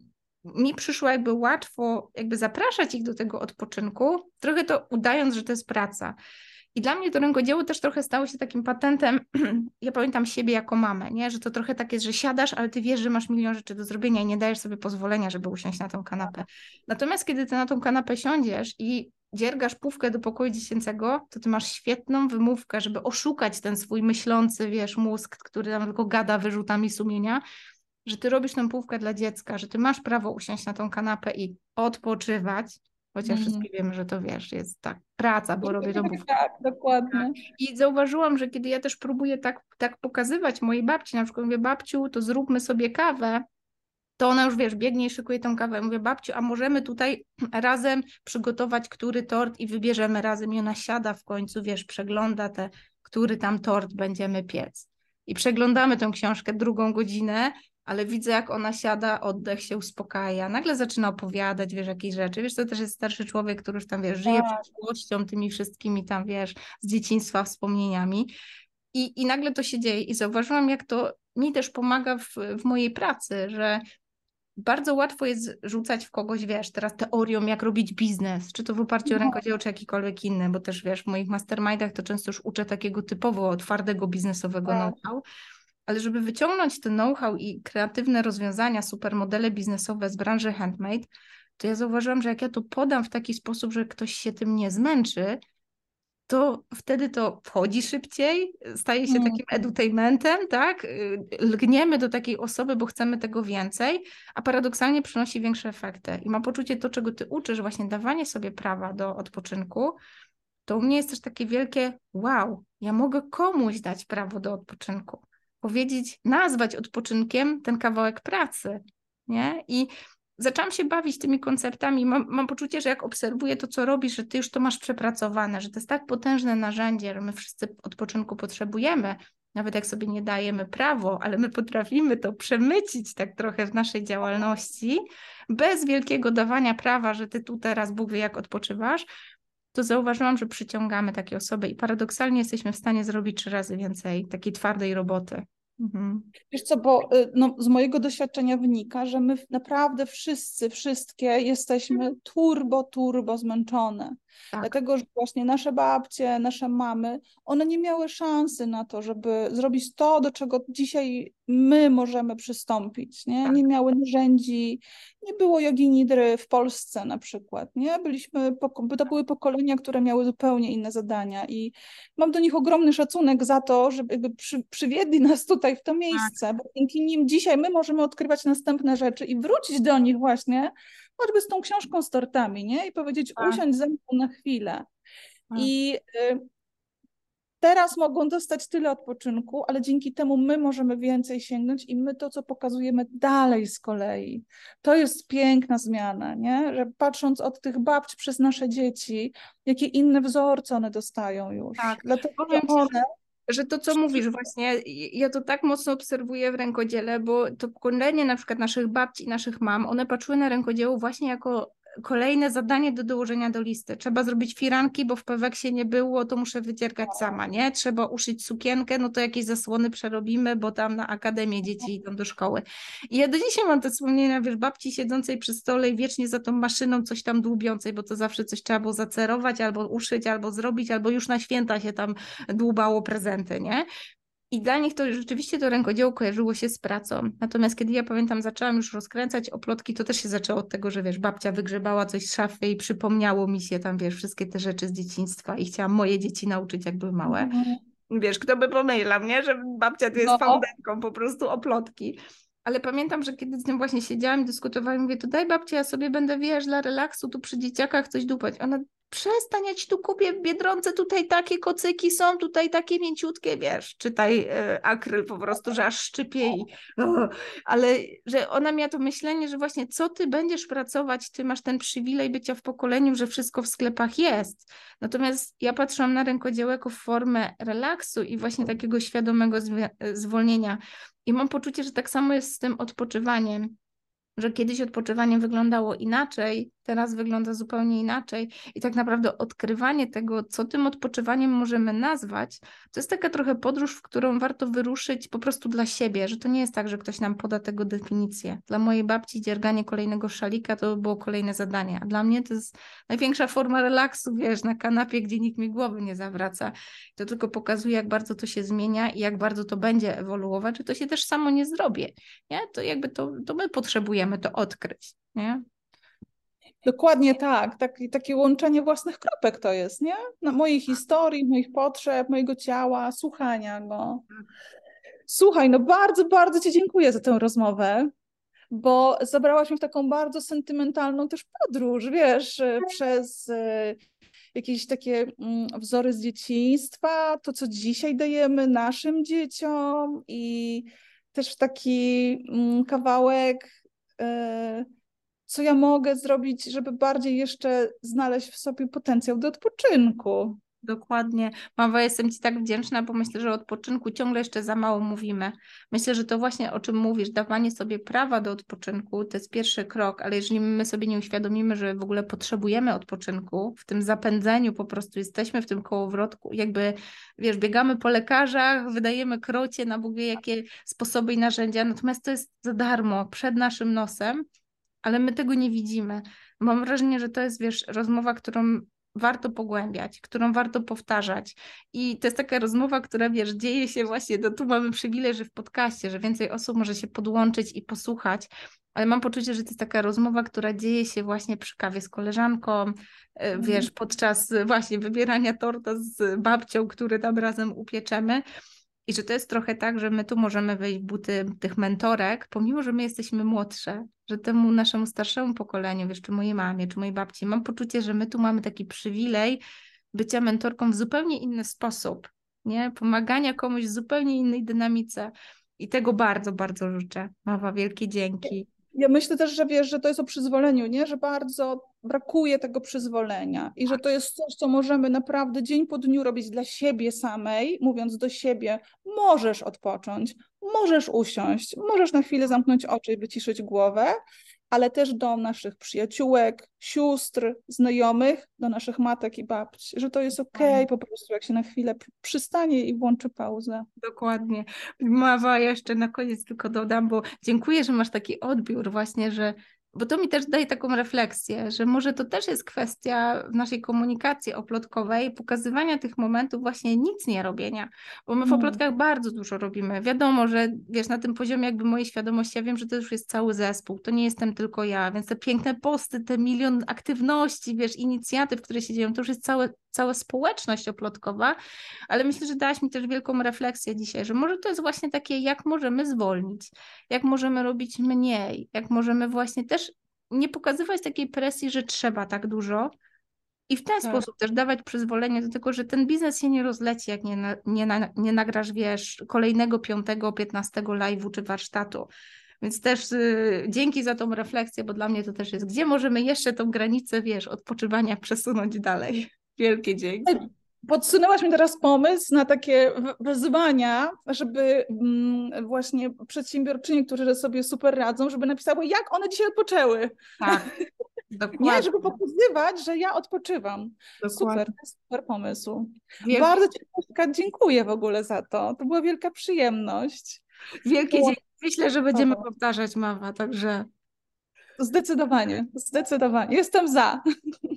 mi przyszło jakby łatwo jakby zapraszać ich do tego odpoczynku, trochę to udając, że to jest praca. I dla mnie to rękodzieło też trochę stało się takim patentem, ja pamiętam siebie jako mamę, nie? Że to trochę tak jest, że siadasz, ale ty wiesz, że masz milion rzeczy do zrobienia i nie dajesz sobie pozwolenia, żeby usiąść na tą kanapę. Natomiast kiedy ty na tą kanapę siądziesz i dziergasz pówkę do pokoju dziecięcego, to ty masz świetną wymówkę, żeby oszukać ten swój myślący, wiesz, mózg, który tam tylko gada wyrzutami sumienia, że ty robisz tę pówkę dla dziecka, że ty masz prawo usiąść na tą kanapę i odpoczywać, chociaż Mhm. wszyscy wiemy, że to wiesz, jest tak praca, bo robię tą pówkę. Tak, dokładnie. I zauważyłam, że kiedy ja też próbuję tak pokazywać mojej babci, na przykład mówię, babciu, to zróbmy sobie kawę, to ona już, wiesz, biegnie i szykuje tą kawę. Mówię, babciu, a możemy tutaj razem przygotować który tort i wybierzemy razem. I ona siada w końcu, wiesz, przegląda który tam tort będziemy piec. I przeglądamy tę książkę 2 godzinę, ale widzę, jak ona siada, oddech się uspokaja. Nagle zaczyna opowiadać, wiesz, jakieś rzeczy. Wiesz, to też jest starszy człowiek, który już tam, wiesz, żyje Tak. przeszłością, tymi wszystkimi tam, wiesz, z dzieciństwa wspomnieniami. I nagle to się dzieje. I zauważyłam, jak to mi też pomaga w mojej pracy, że bardzo łatwo jest rzucać w kogoś, wiesz, teraz teorią, jak robić biznes, czy to w oparciu o rękodzieło, czy jakikolwiek inny, bo też, wiesz, w moich mastermindach to często już uczę takiego typowo twardego biznesowego Tak. know-how, ale żeby wyciągnąć ten know-how i kreatywne rozwiązania, supermodele biznesowe z branży handmade, to ja zauważyłam, że jak ja to podam w taki sposób, że ktoś się tym nie zmęczy, to wtedy to wchodzi szybciej, staje się takim edutainmentem, tak? Lgniemy do takiej osoby, bo chcemy tego więcej, a paradoksalnie przynosi większe efekty. I mam poczucie to, czego ty uczysz, właśnie dawanie sobie prawa do odpoczynku, to u mnie jest też takie wielkie wow, ja mogę komuś dać prawo do odpoczynku. Powiedzieć, nazwać odpoczynkiem ten kawałek pracy, nie? I zaczęłam się bawić tymi konceptami. Mam poczucie, że jak obserwuję to, co robisz, że ty już to masz przepracowane, że to jest tak potężne narzędzie, że my wszyscy odpoczynku potrzebujemy, nawet jak sobie nie dajemy prawo, ale my potrafimy to przemycić tak trochę w naszej działalności, bez wielkiego dawania prawa, że ty tu teraz Bóg wie jak odpoczywasz, to zauważyłam, że przyciągamy takie osoby i paradoksalnie jesteśmy w stanie zrobić 3 razy więcej takiej twardej roboty. Mhm. Wiesz co, bo no, z mojego doświadczenia wynika, że my naprawdę wszystkie jesteśmy turbo zmęczone. Tak, Dlatego, że właśnie nasze babcie, nasze mamy, one nie miały szansy na to, żeby zrobić to, do czego dzisiaj my możemy przystąpić, nie? tak, Nie miały narzędzi, nie było jogi nidry w Polsce na przykład, nie? To były pokolenia, które miały zupełnie inne zadania i mam do nich ogromny szacunek za to, że jakby przywiedli nas tutaj w to tak, miejsce, bo dzięki nim dzisiaj my możemy odkrywać następne rzeczy i wrócić do nich właśnie, choćby z tą książką z tortami, nie? I powiedzieć, tak, usiądź ze mną na chwilę. tak. I teraz mogą dostać tyle odpoczynku, ale dzięki temu my możemy więcej sięgnąć i my to, co pokazujemy dalej z kolei. To jest piękna zmiana, nie? Że patrząc od tych babci przez nasze dzieci, jakie inne wzorce one dostają już. Tak, Dlatego, powiem że Ci, one... że to, co mówisz właśnie, ja to tak mocno obserwuję w rękodziele, bo to pokolenie na przykład naszych babci i naszych mam, one patrzyły na rękodzieło właśnie jako kolejne zadanie do dołożenia do listy. Trzeba zrobić firanki, bo w Peweksie nie było, to muszę wydziergać sama, nie? Trzeba uszyć sukienkę, no to jakieś zasłony przerobimy, bo tam na akademię dzieci idą do szkoły. I ja do dzisiaj mam te wspomnienia, wiesz, babci siedzącej przy stole i wiecznie za tą maszyną coś tam dłubiącej, bo to zawsze coś trzeba było zacerować, albo uszyć, albo zrobić, albo już na święta się tam dłubało prezenty, nie? I dla nich to rzeczywiście to rękodzieło kojarzyło się z pracą. Natomiast kiedy ja pamiętam, zaczęłam już rozkręcać oplotki, to też się zaczęło od tego, że wiesz, babcia wygrzebała coś z szafy i przypomniało mi się tam, wiesz, wszystkie te rzeczy z dzieciństwa i chciałam moje dzieci nauczyć, jak były małe. Wiesz, kto by pomyślał, nie? Że babcia tu jest No, founderką po prostu oplotki. Ale pamiętam, że kiedy z nią właśnie siedziałam i dyskutowałam, mówię, to daj babcia, ja sobie będę, wiesz, dla relaksu tu przy dzieciakach coś dupać. Ona, przestań, ja ci tu kupię w Biedronce, tutaj takie kocyki są, tutaj takie mięciutkie, wiesz, czytaj akryl po prostu, że aż szczypie i ale że ona miała to myślenie, że właśnie co ty będziesz pracować, ty masz ten przywilej bycia w pokoleniu, że wszystko w sklepach jest. Natomiast ja patrzyłam na rękodzieło jako formę relaksu i właśnie takiego świadomego zwolnienia. I mam poczucie, że tak samo jest z tym odpoczywaniem, że kiedyś odpoczywanie wyglądało inaczej, teraz wygląda zupełnie inaczej i tak naprawdę odkrywanie tego, co tym odpoczywaniem możemy nazwać, to jest taka trochę podróż, w którą warto wyruszyć po prostu dla siebie, że to nie jest tak, że ktoś nam poda tego definicję. Dla mojej babci dzierganie kolejnego szalika to było kolejne zadanie, a dla mnie to jest największa forma relaksu, wiesz, na kanapie, gdzie nikt mi głowy nie zawraca. To tylko pokazuje, jak bardzo to się zmienia i jak bardzo to będzie ewoluować, że to się też samo nie zrobi, nie? To jakby to my potrzebujemy to odkryć, nie? dokładnie tak. Takie łączenie własnych kropek to jest, nie? Na mojej historii, moich potrzeb, mojego ciała, słuchania go. Słuchaj, no bardzo, bardzo Ci dziękuję za tę rozmowę, bo zabrałaś mnie w taką bardzo sentymentalną też podróż, wiesz, przez jakieś takie wzory z dzieciństwa, to co dzisiaj dajemy naszym dzieciom i też taki kawałek, co ja mogę zrobić, żeby bardziej jeszcze znaleźć w sobie potencjał do odpoczynku. Dokładnie. Mawa, jestem Ci tak wdzięczna, bo myślę, że o odpoczynku ciągle jeszcze za mało mówimy. Myślę, że to właśnie o czym mówisz, dawanie sobie prawa do odpoczynku, to jest pierwszy krok, ale jeżeli my sobie nie uświadomimy, że w ogóle potrzebujemy odpoczynku, w tym zapędzeniu po prostu jesteśmy w tym kołowrotku, jakby, wiesz, biegamy po lekarzach, wydajemy krocie na Bóg wie jakie sposoby i narzędzia, natomiast to jest za darmo, przed naszym nosem, ale my tego nie widzimy. Mam wrażenie, że to jest, wiesz, rozmowa, którą warto pogłębiać, którą warto powtarzać. I to jest taka rozmowa, która, wiesz, dzieje się właśnie, tu mamy przywilej, że w podcaście, że więcej osób może się podłączyć i posłuchać, ale mam poczucie, że to jest taka rozmowa, która dzieje się właśnie przy kawie z koleżanką, wiesz, podczas właśnie wybierania torta z babcią, który tam razem upieczemy. I że to jest trochę tak, że my tu możemy wejść w buty tych mentorek, pomimo, że my jesteśmy młodsze, że temu naszemu starszemu pokoleniu, wiesz, czy mojej mamie, czy mojej babci, mam poczucie, że my tu mamy taki przywilej bycia mentorką w zupełnie inny sposób, nie? Pomagania komuś w zupełnie innej dynamice. I tego bardzo, bardzo życzę. Mawa, wielkie dzięki. Ja myślę też, że wiesz, że to jest o przyzwoleniu, nie? Że bardzo brakuje tego przyzwolenia i że to jest coś, co możemy naprawdę dzień po dniu robić dla siebie samej, mówiąc do siebie, możesz odpocząć, możesz usiąść, możesz na chwilę zamknąć oczy i wyciszyć głowę, ale też do naszych przyjaciółek, sióstr, znajomych, do naszych matek i babci, że to jest okej po prostu, jak się na chwilę przystanie i włączy pauzę. Dokładnie. Mawa, jeszcze na koniec tylko dodam, bo dziękuję, że masz taki odbiór właśnie, że bo to mi też daje taką refleksję, że może to też jest kwestia w naszej komunikacji oplotkowej, pokazywania tych momentów właśnie nic nie robienia, bo my w oplotkach bardzo dużo robimy. Wiadomo, że wiesz, na tym poziomie jakby mojej świadomości, ja wiem, że to już jest cały zespół, to nie jestem tylko ja, więc te piękne posty, te milion aktywności, wiesz, inicjatyw, które się dzieją, to już jest cała społeczność oplotkowa, ale myślę, że dałaś mi też wielką refleksję dzisiaj, że może to jest właśnie takie, jak możemy zwolnić, jak możemy robić mniej, jak możemy właśnie też nie pokazywać takiej presji, że trzeba tak dużo i w ten sposób też dawać przyzwolenie do tego, że ten biznes się nie rozleci, jak nie nagrasz, wiesz, kolejnego 5., 15 live'u czy warsztatu. Więc też dzięki za tą refleksję, bo dla mnie to też jest, gdzie możemy jeszcze tą granicę, wiesz, odpoczywania przesunąć dalej. Wielkie dzięki. Podsunęłaś mi teraz pomysł na takie wyzwania, żeby właśnie przedsiębiorczynie, które sobie super radzą, żeby napisały, jak one dzisiaj odpoczęły. Tak, dokładnie. Nie, żeby pokazywać, że ja odpoczywam. Dokładnie. Super pomysł. Bardzo Ci dziękuję w ogóle za to. To była wielka przyjemność. Wielkie dzięki. Myślę, że będziemy powtarzać, Mawa, także... Zdecydowanie. Jestem za.